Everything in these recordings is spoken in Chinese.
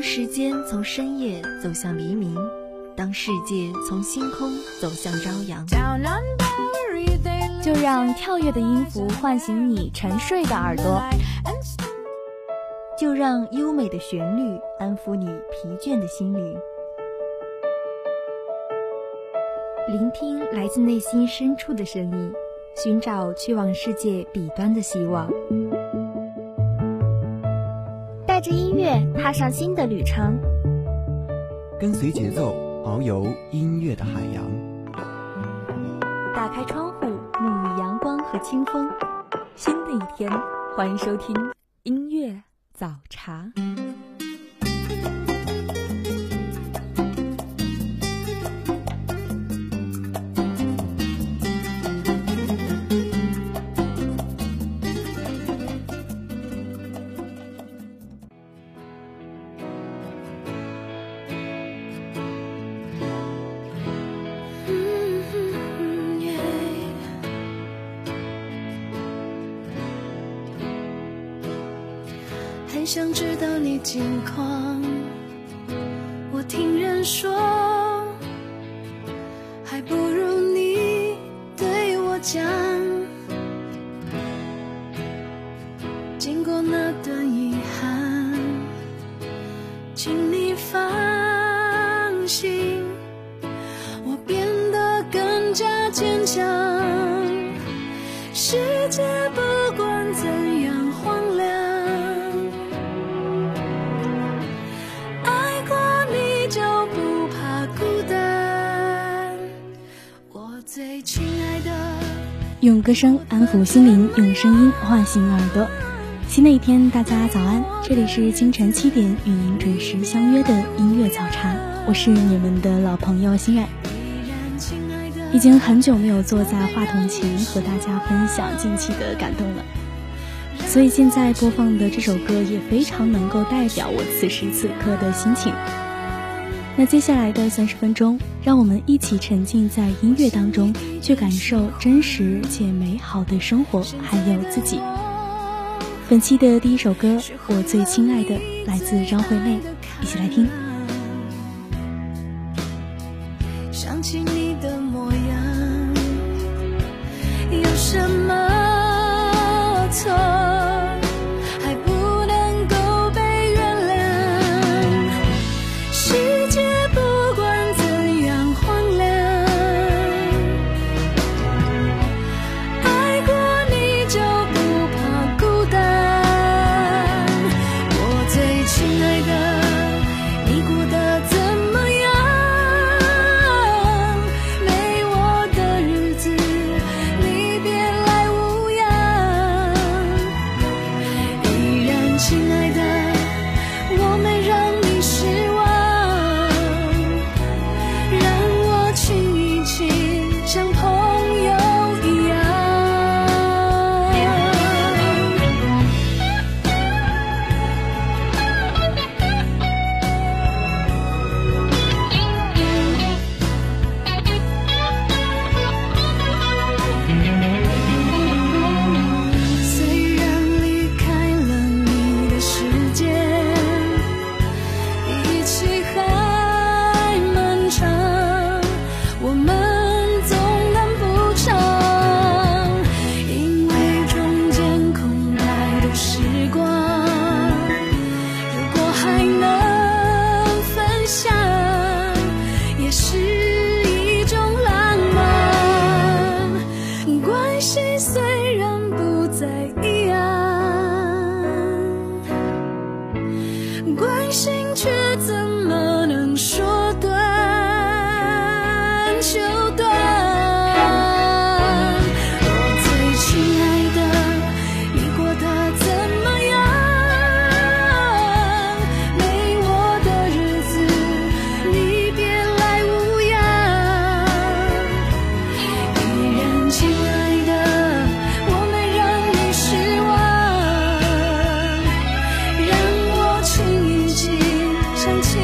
当时间从深夜走向黎明，当世界从星空走向朝阳， 就让跳跃的音符唤醒你沉睡的耳朵， 就让优美的旋律安抚你疲倦的心灵。 聆听来自内心深处的声音，寻找去往世界彼端的希望。 带着音乐踏上新的旅程， 跟随节奏遨游音乐的海洋。 打开窗户，沐浴阳光和清风。新的一天，欢迎收听音乐早茶。 很想知道你近况，我听人说，还不如你对我讲。经过那段遗憾，请你放心，我变得更加坚强。世界不管怎样荒凉， 用歌声安抚心灵，用声音唤醒耳朵。新的一天，大家早安，这里是清晨7点与您准时相约的音乐早茶，我是你们的老朋友欣然。已经很久没有坐在话筒前和大家分享近期的感动了，所以现在播放的这首歌也非常能够代表我此时此刻的心情。那接下来的30分钟，让我们一起沉浸在音乐当中，去感受真实且美好的生活，还有自己。本期的第一首歌，我最亲爱的，来自张惠妹，一起来听。 想起你的模样，有什么错？想起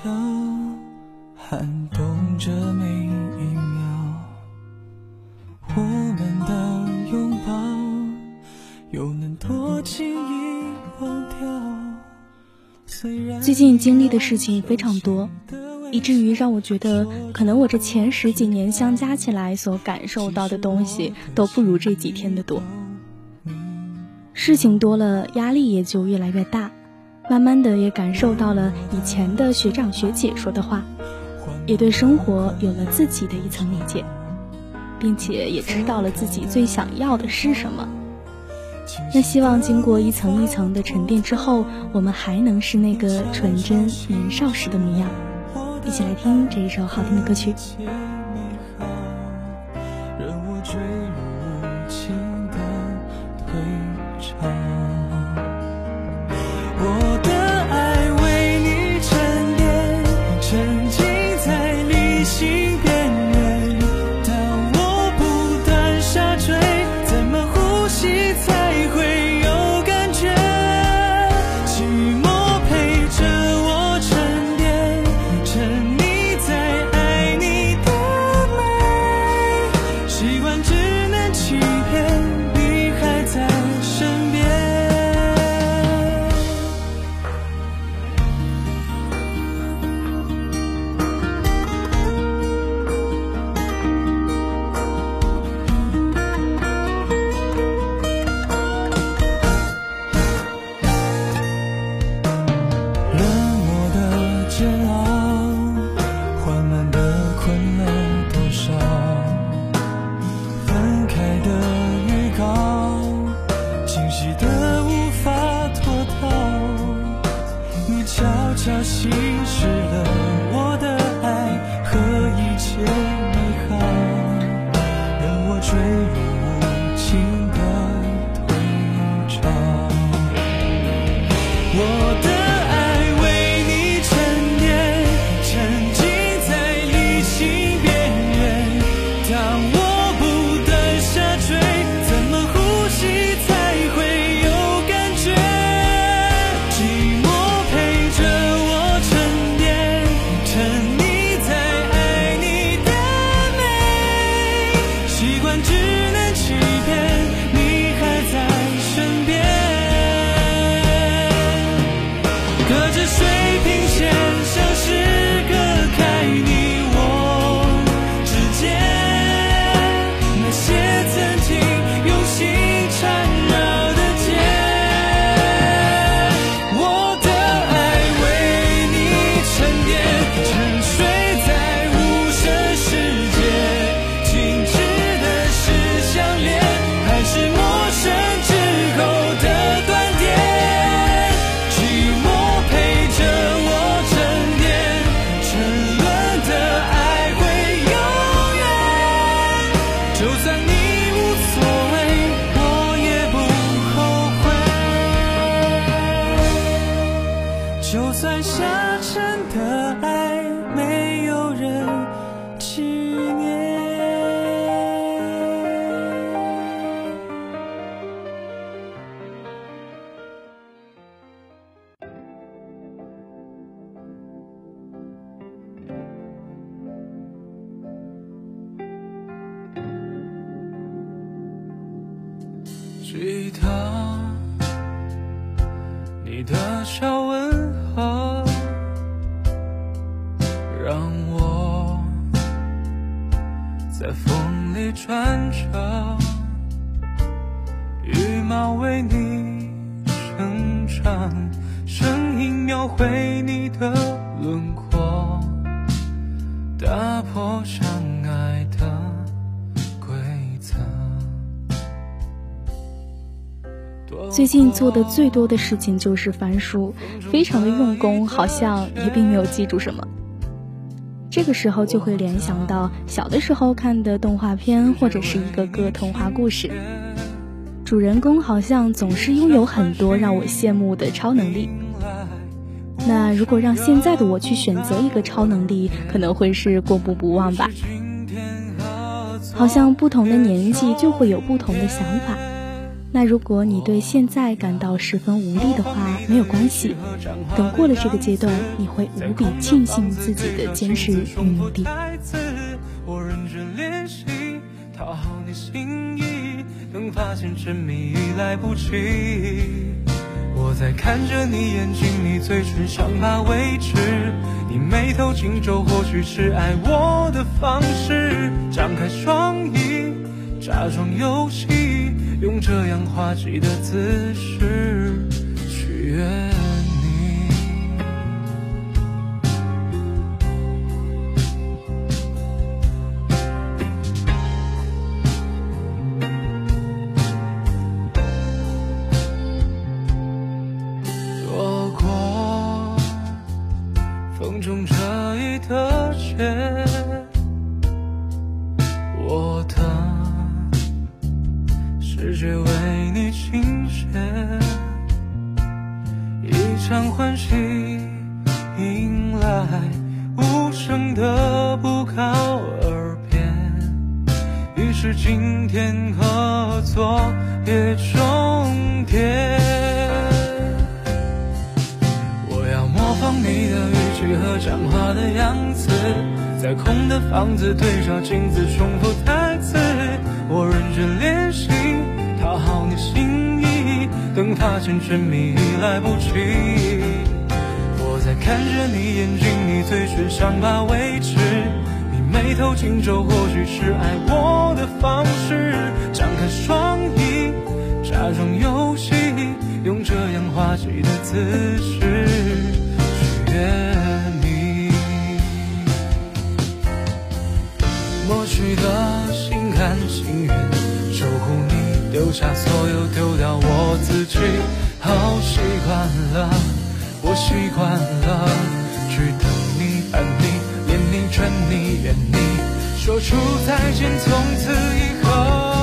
撼动着每一秒，我们的拥抱又能多轻易忘掉。 最近经历的事情非常多，以至于让我觉得可能我这前10几年相加起来所感受到的东西都不如这几天的多。事情多了，压力也就越来越大，慢慢的也感受到了以前的学长学姐说的话，也对生活有了自己的一层理解，并且也知道了自己最想要的是什么。那希望经过一层一层的沉淀之后，我们还能是那个纯真年少时的模样。一起来听这一首好听的歌曲。 任我坠入无情的退场，我的爱为你沉淀，沉浸在理性边缘。当我不断下坠，怎么呼吸才会有感觉？寂寞陪着我沉淀，沉溺在爱你的美，习惯只能欺骗你还在身边。冷漠的煎熬，缓慢地困了多少？分开的预告，清晰的无法脱逃。你悄悄稀释了我的爱和一切美好，让我坠入无情的退潮。我的爱为你沉淀，沉浸在理性边缘。当我不断下坠，怎么呼吸才会有感觉？寂寞陪着我沉淀，沉溺在爱你的美，习惯只能欺骗你还在身边。隔着水平线，像是隔开你我之间，那些曾经用心缠绕的结。我的爱为你沉淀，沉睡在无声世界，静止的是相恋，还是陌生之后的断点？寂寞陪着我沉淀，沉沦的爱会永远。就算你无所谓，我也不后悔。就算下沉的爱没有人纪念。记得你的小问候，让我在风里穿着，羽毛为你生长，声音描绘你的轮廓，打破相爱的规则。 最近做的最多的事情就是翻书，非常的用功，好像也并没有记住什么。这个时候就会联想到小的时候看的动画片，或者是一个个童话故事，主人公好像总是拥有很多让我羡慕的超能力。那如果让现在的我去选择一个超能力，可能会是过目不忘吧。好像不同的年纪就会有不同的想法， 那如果你对现在感到十分无力的话，没有关系，等过了这个阶段，你会无比庆幸自己的坚持与努力。 我认真练习讨好你心意，等发现沉迷已来不及。我在看着你眼睛，你嘴唇想把维持，你眉头紧皱，或许是爱我的方式。张开双翼，假装游戏，用这样滑稽的姿势取悦你。躲过风中这一的雪，我的世界为你倾斜，一场欢喜迎来无声的不告而别，于是今天合作也终结。我要模仿你的语气和讲话的样子，在空的房子对照镜子重复台词，我认真练习讨好你心意，等发现沉迷已来不及。我在看着你眼睛，你嘴唇想把维持，你眉头紧皱，或许是爱我的方式。张开双翼，假装游戏，用这样滑稽的姿势取悦你。抹去的心甘情愿，守护你，丢下所有，丢掉我自己。好习惯了，我习惯了，去等你伴你恋你劝你怨你，说出再见，从此以后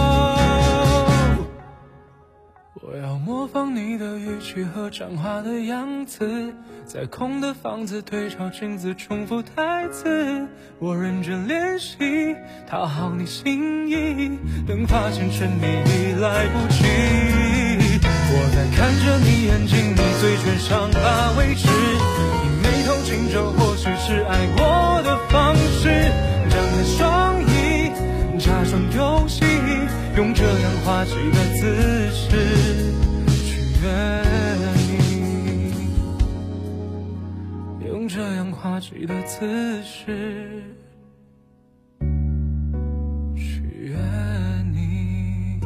我要模仿你的语气和讲话的样子，在空的房子对照镜子重复台词，我认真练习讨好你心意，等发现沉迷已来不及。我在看着你眼睛，你嘴唇上把维持，你眉头紧皱，或许是爱我的方式。张开双翼，假装游戏，用这样滑稽的姿势取悦你，用这样滑稽的姿势取悦你。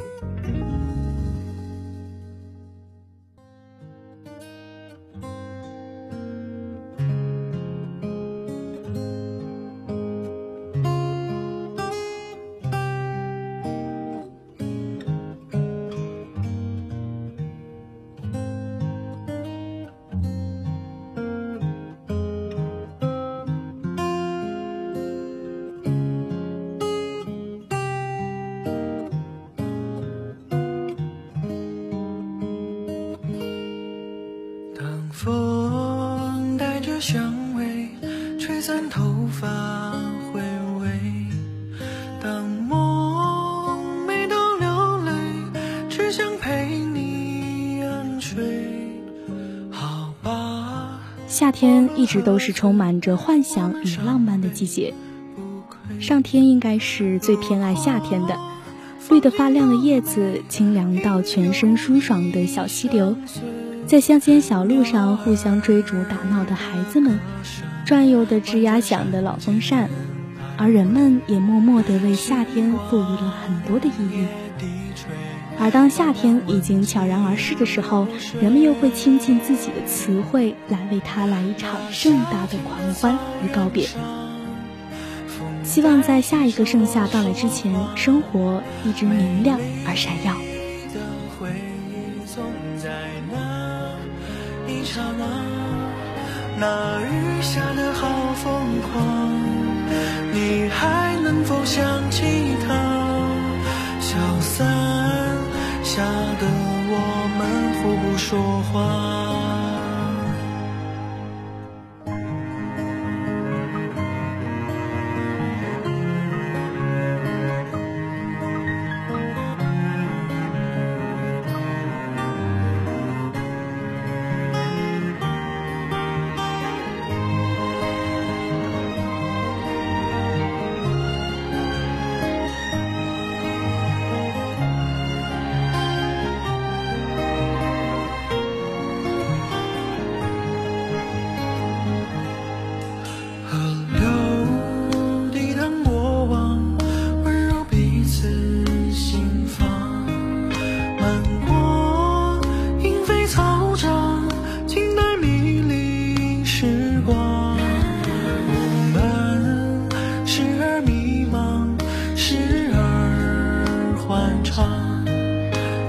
风带着香味吹散头发回味，当梦美到流泪，只想陪你安睡。好吧， 夏天一直都是充满着幻想与浪漫的季节，上天应该是最偏爱夏天的。绿得发亮的叶子，清凉到全身舒爽的小溪流，在乡间小路上互相追逐打闹的孩子们，转悠的吱呀响的老风扇，而人们也默默地为夏天赋予了很多的意义。而当夏天已经悄然而逝的时候，人们又会倾尽自己的词汇来为它来一场盛大的狂欢与告别。希望在下一个盛夏到来之前，生活一直明亮而闪耀。 一刹那，那雨下得好疯狂，你还能否想起他？消散下的我们互不说话。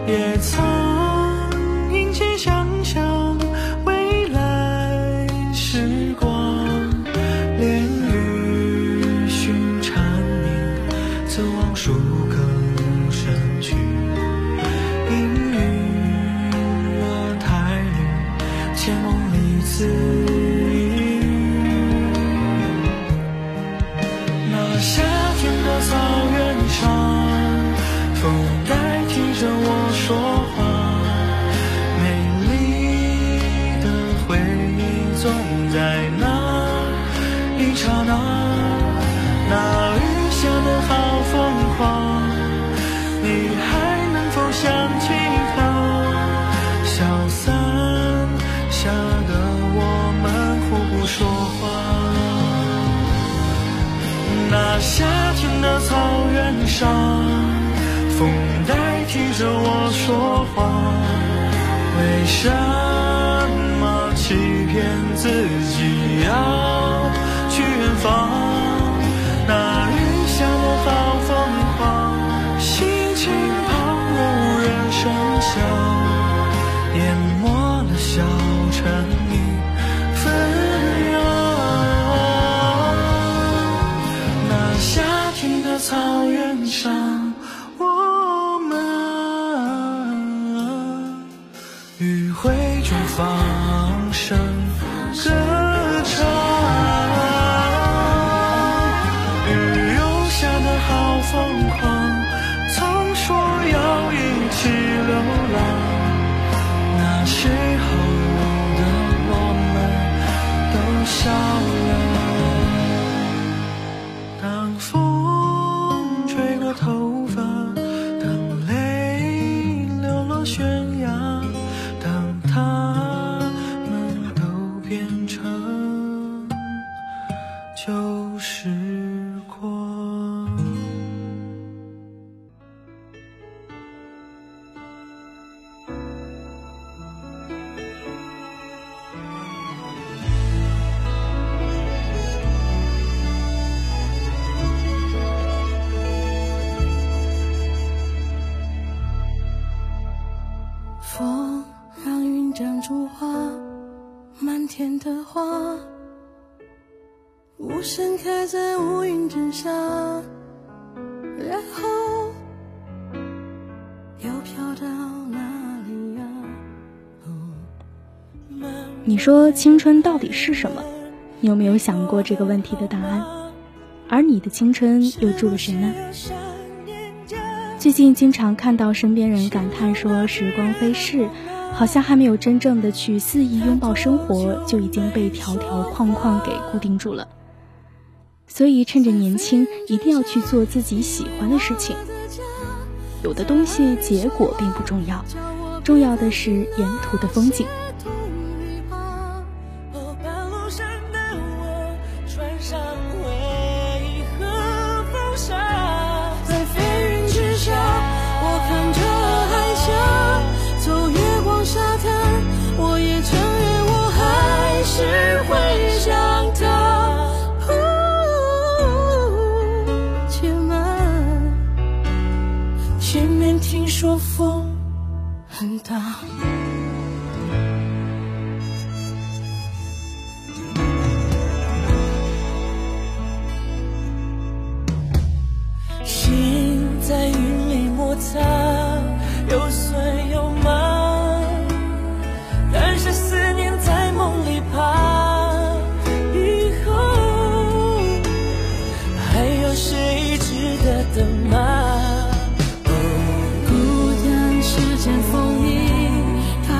也曾殷切想象未来时光，连雨寻蝉鸣，则往树更深去。阴云落太绿，且梦里自语。那夏天的草原上，风代替着我说话，美丽的回忆总在那一刹那。那雨下的好疯狂，你还能否想起它？消散下的我们互不说话。那夏天的草原上，风代替着我说话，为什么欺骗自己要去远方？那雨下的好疯狂，心情旁若无人声响，淹没了小城一纷扬。那夏天的草原上，我们余晖中放声歌唱。雨又下得好疯狂，曾说要一起流浪，那时候的我们都笑了。当风吹过头发，当泪流落悬崖，当它们都变成旧时光。 风让云长出花，满天的花无声开在乌云之下，然后又飘到哪里呀？ 你说青春到底是什么？你有没有想过这个问题的答案？而你的青春又住了谁呢？最近经常看到身边人感叹说时光飞逝，好像还没有真正的去肆意拥抱生活，就已经被条条框框给固定住了。所以趁着年轻，一定要去做自己喜欢的事情。有的东西结果并不重要，重要的是沿途的风景。 听说风很大，心在云里摩擦，有酸有麻，但是思念在梦里爬，以后还有谁值得等吗？风雨，它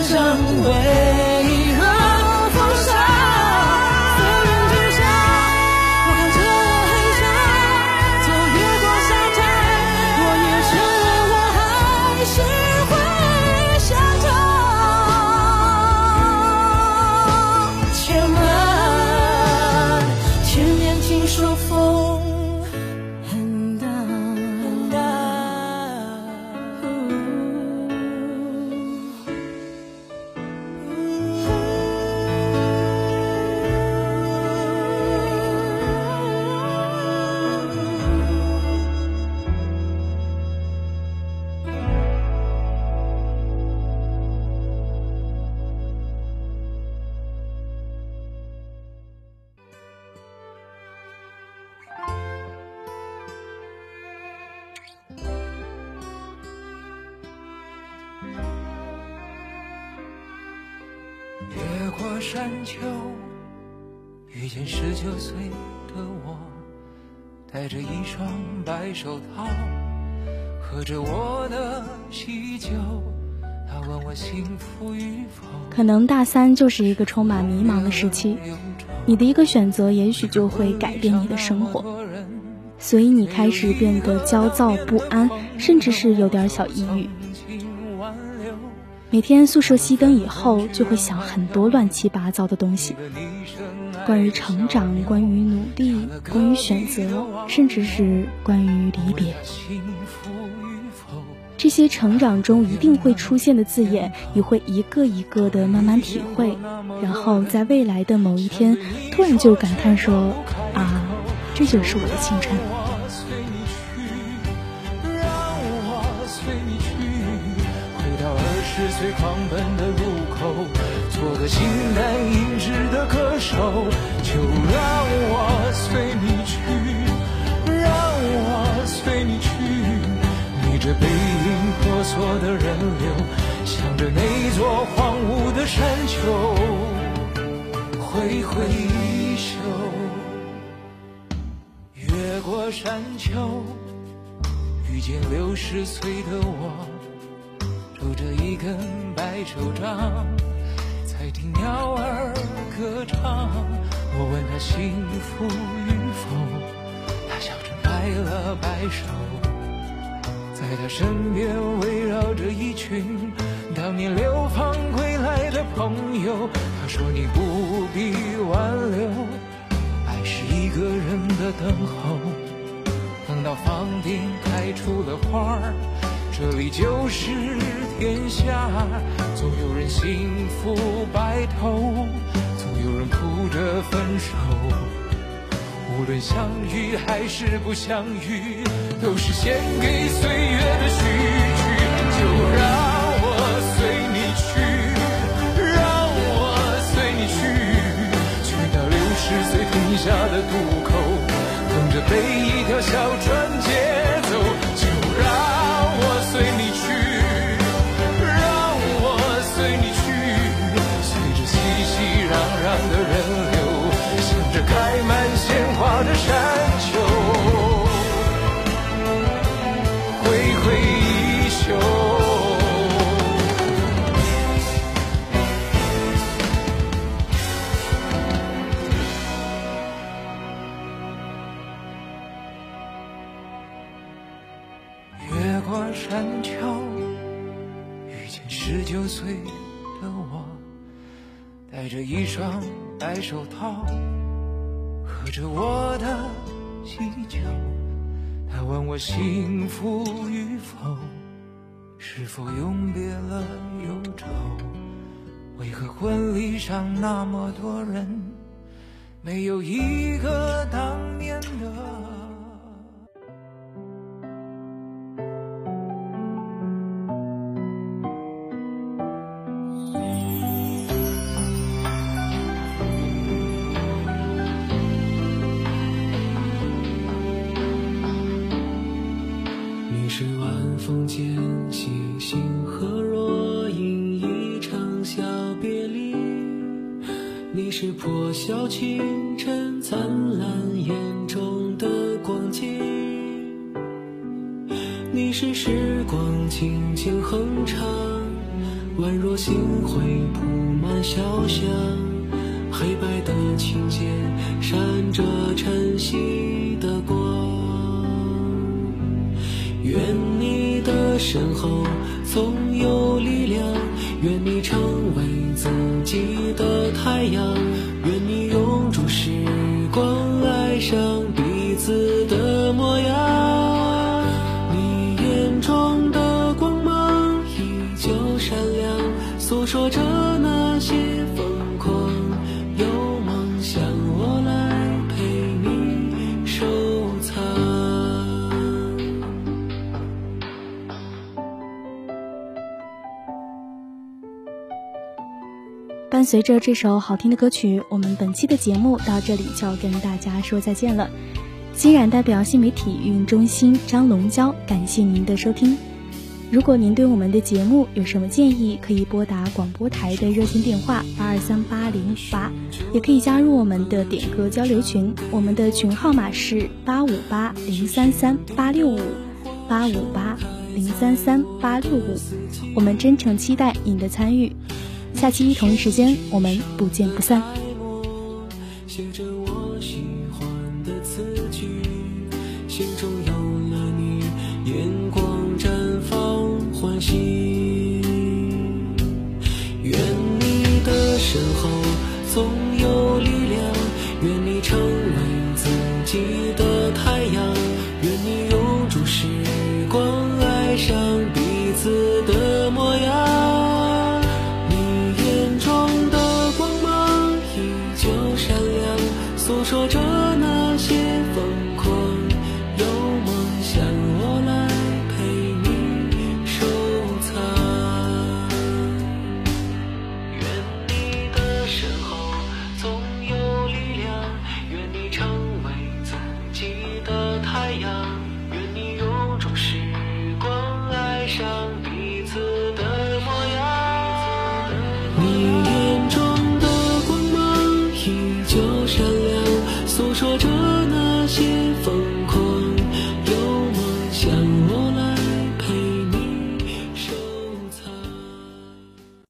掌为何风沙？飞人之下，我看着我很想走越过沙滩，我也承认我还是会想着。且慢，前面听说风很大很大。 越过山丘，遇见19岁的我，戴着一双白手套，喝着我的喜酒。他问我幸福与否。 可能大三就是一个充满迷茫的时期，你的一个选择也许就会改变你的生活，所以你开始变得焦躁不安，甚至是有点小抑郁。每天宿舍熄灯以后，就会想很多乱七八糟的东西，关于成长，关于努力，关于选择，甚至是关于离别。这些成长中一定会出现的字眼，你会一个一个的慢慢体会，然后在未来的某一天，突然就感叹说：啊，这就是我的青春。 20岁狂奔的路口，做个形单影只的歌手，就让我随你去，让我随你去，逆着背影婆娑的人流，向着那座荒芜的山丘挥挥衣袖。越过山丘，遇见60岁的我，拄着一根白手杖，才听鸟儿歌唱。我问他幸福与否，他笑着摆了摆手。在他身边围绕着一群当年流放归来的朋友。他说你不必挽留，爱是一个人的等候。等到房顶开出了花儿，这里就是天下，总有人幸福白头，总有人哭着分手。无论相遇还是不相遇，都是献给岁月的序曲。就让我随你去，让我随你去，去到60岁停下的渡口，等着被一条小船接走。就让我随你去，让我随你去，随着熙熙攘攘的人流，向着开满鲜花的山丘挥挥衣袖。越过山丘，遇见19岁的我，戴着一双白手套，喝着我的喜酒。他问我幸福与否，是否永别了忧愁？为何婚礼上那么多人，没有一个当年的是晚风间隙，星河若隐，一场小别离。你是破晓清晨灿烂眼中的光景，你是时光轻轻哼唱， 宛若星辉铺满小巷，黑白的琴键闪着晨曦的光。愿你的身后总有力量，愿你成为自己的太阳，愿你永驻时光，爱上彼此的模样。你眼中的光芒依旧闪亮，诉说着那些疯狂。有梦想我来陪你收藏。 伴随着这首好听的歌曲，我们本期的节目到这里就要跟大家说再见了。欣然代表新媒体运营中心张龙娇，感谢您的收听。如果您对我们的节目有什么建议，可以拨打广播台的热线电话82380558，也可以加入我们的点歌交流群，我们的群号码是858033865，858033865，我们真诚期待您的参与。下期同一时间我们不见不散。 写着我喜欢的词句，心中有了你，眼光绽放欢喜。愿你的身后总有力量，愿你成为自己的太阳，愿你永驻时光，爱上彼此的模样。诉说着那些疯狂，有梦想我来陪你收藏。愿你的身后总有力量，愿你成为自己的太阳，愿你永驻时光，爱上彼此的模样。你眼中的光芒依旧闪亮，诉说着那些风